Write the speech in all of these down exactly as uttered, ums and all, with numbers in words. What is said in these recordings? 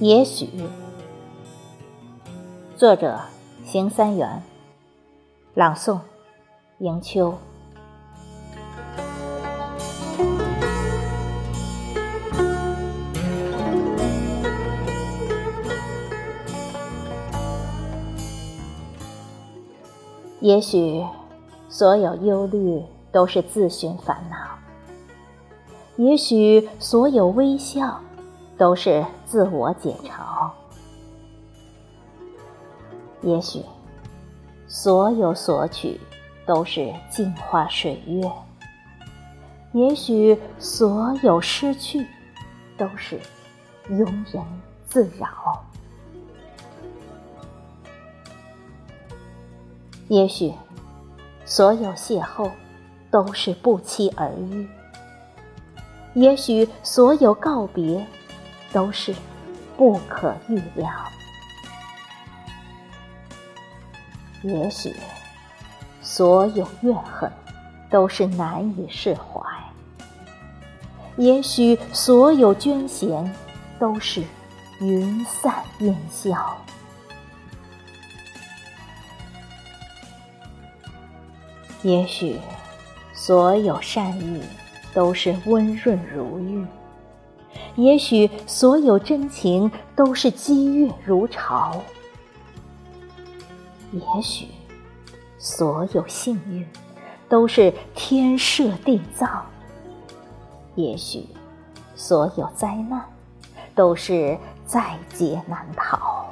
也许。作者邢三元，朗诵迎秋。也许所有忧虑都是自寻烦恼，也许所有微笑都是自我解嘲，也许所有索取都是镜花水月，也许所有失去都是庸人自扰，也许所有邂逅都是不期而遇，也许所有告别都是不可预料，也许所有怨恨都是难以释怀，也许所有捐献都是云散烟消，也许所有善意都是温润如玉，也许所有真情都是激越如潮，也许所有幸运都是天设地造，也许所有灾难都是在劫难逃，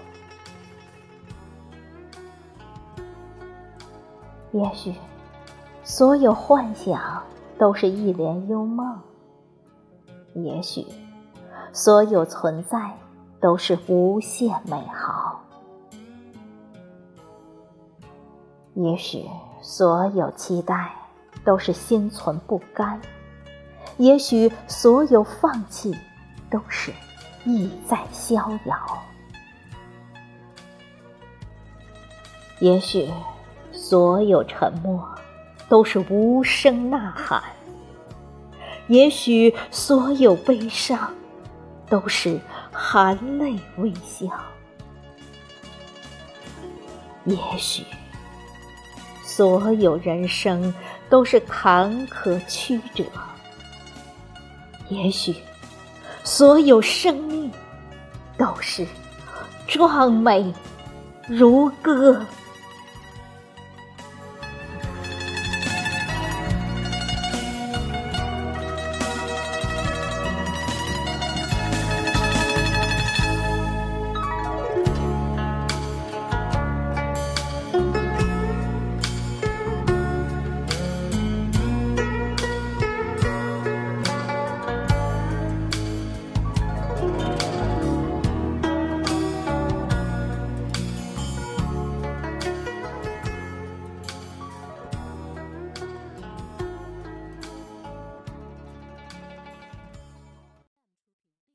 也许所有幻想都是一帘幽梦，也许所有存在都是无限美好，也许所有期待都是心存不甘，也许所有放弃都是意在逍遥，也许所有沉默都是无声呐喊，也许所有悲伤都是含泪微笑，也许所有人生都是坎坷曲折，也许所有生命都是壮美如歌。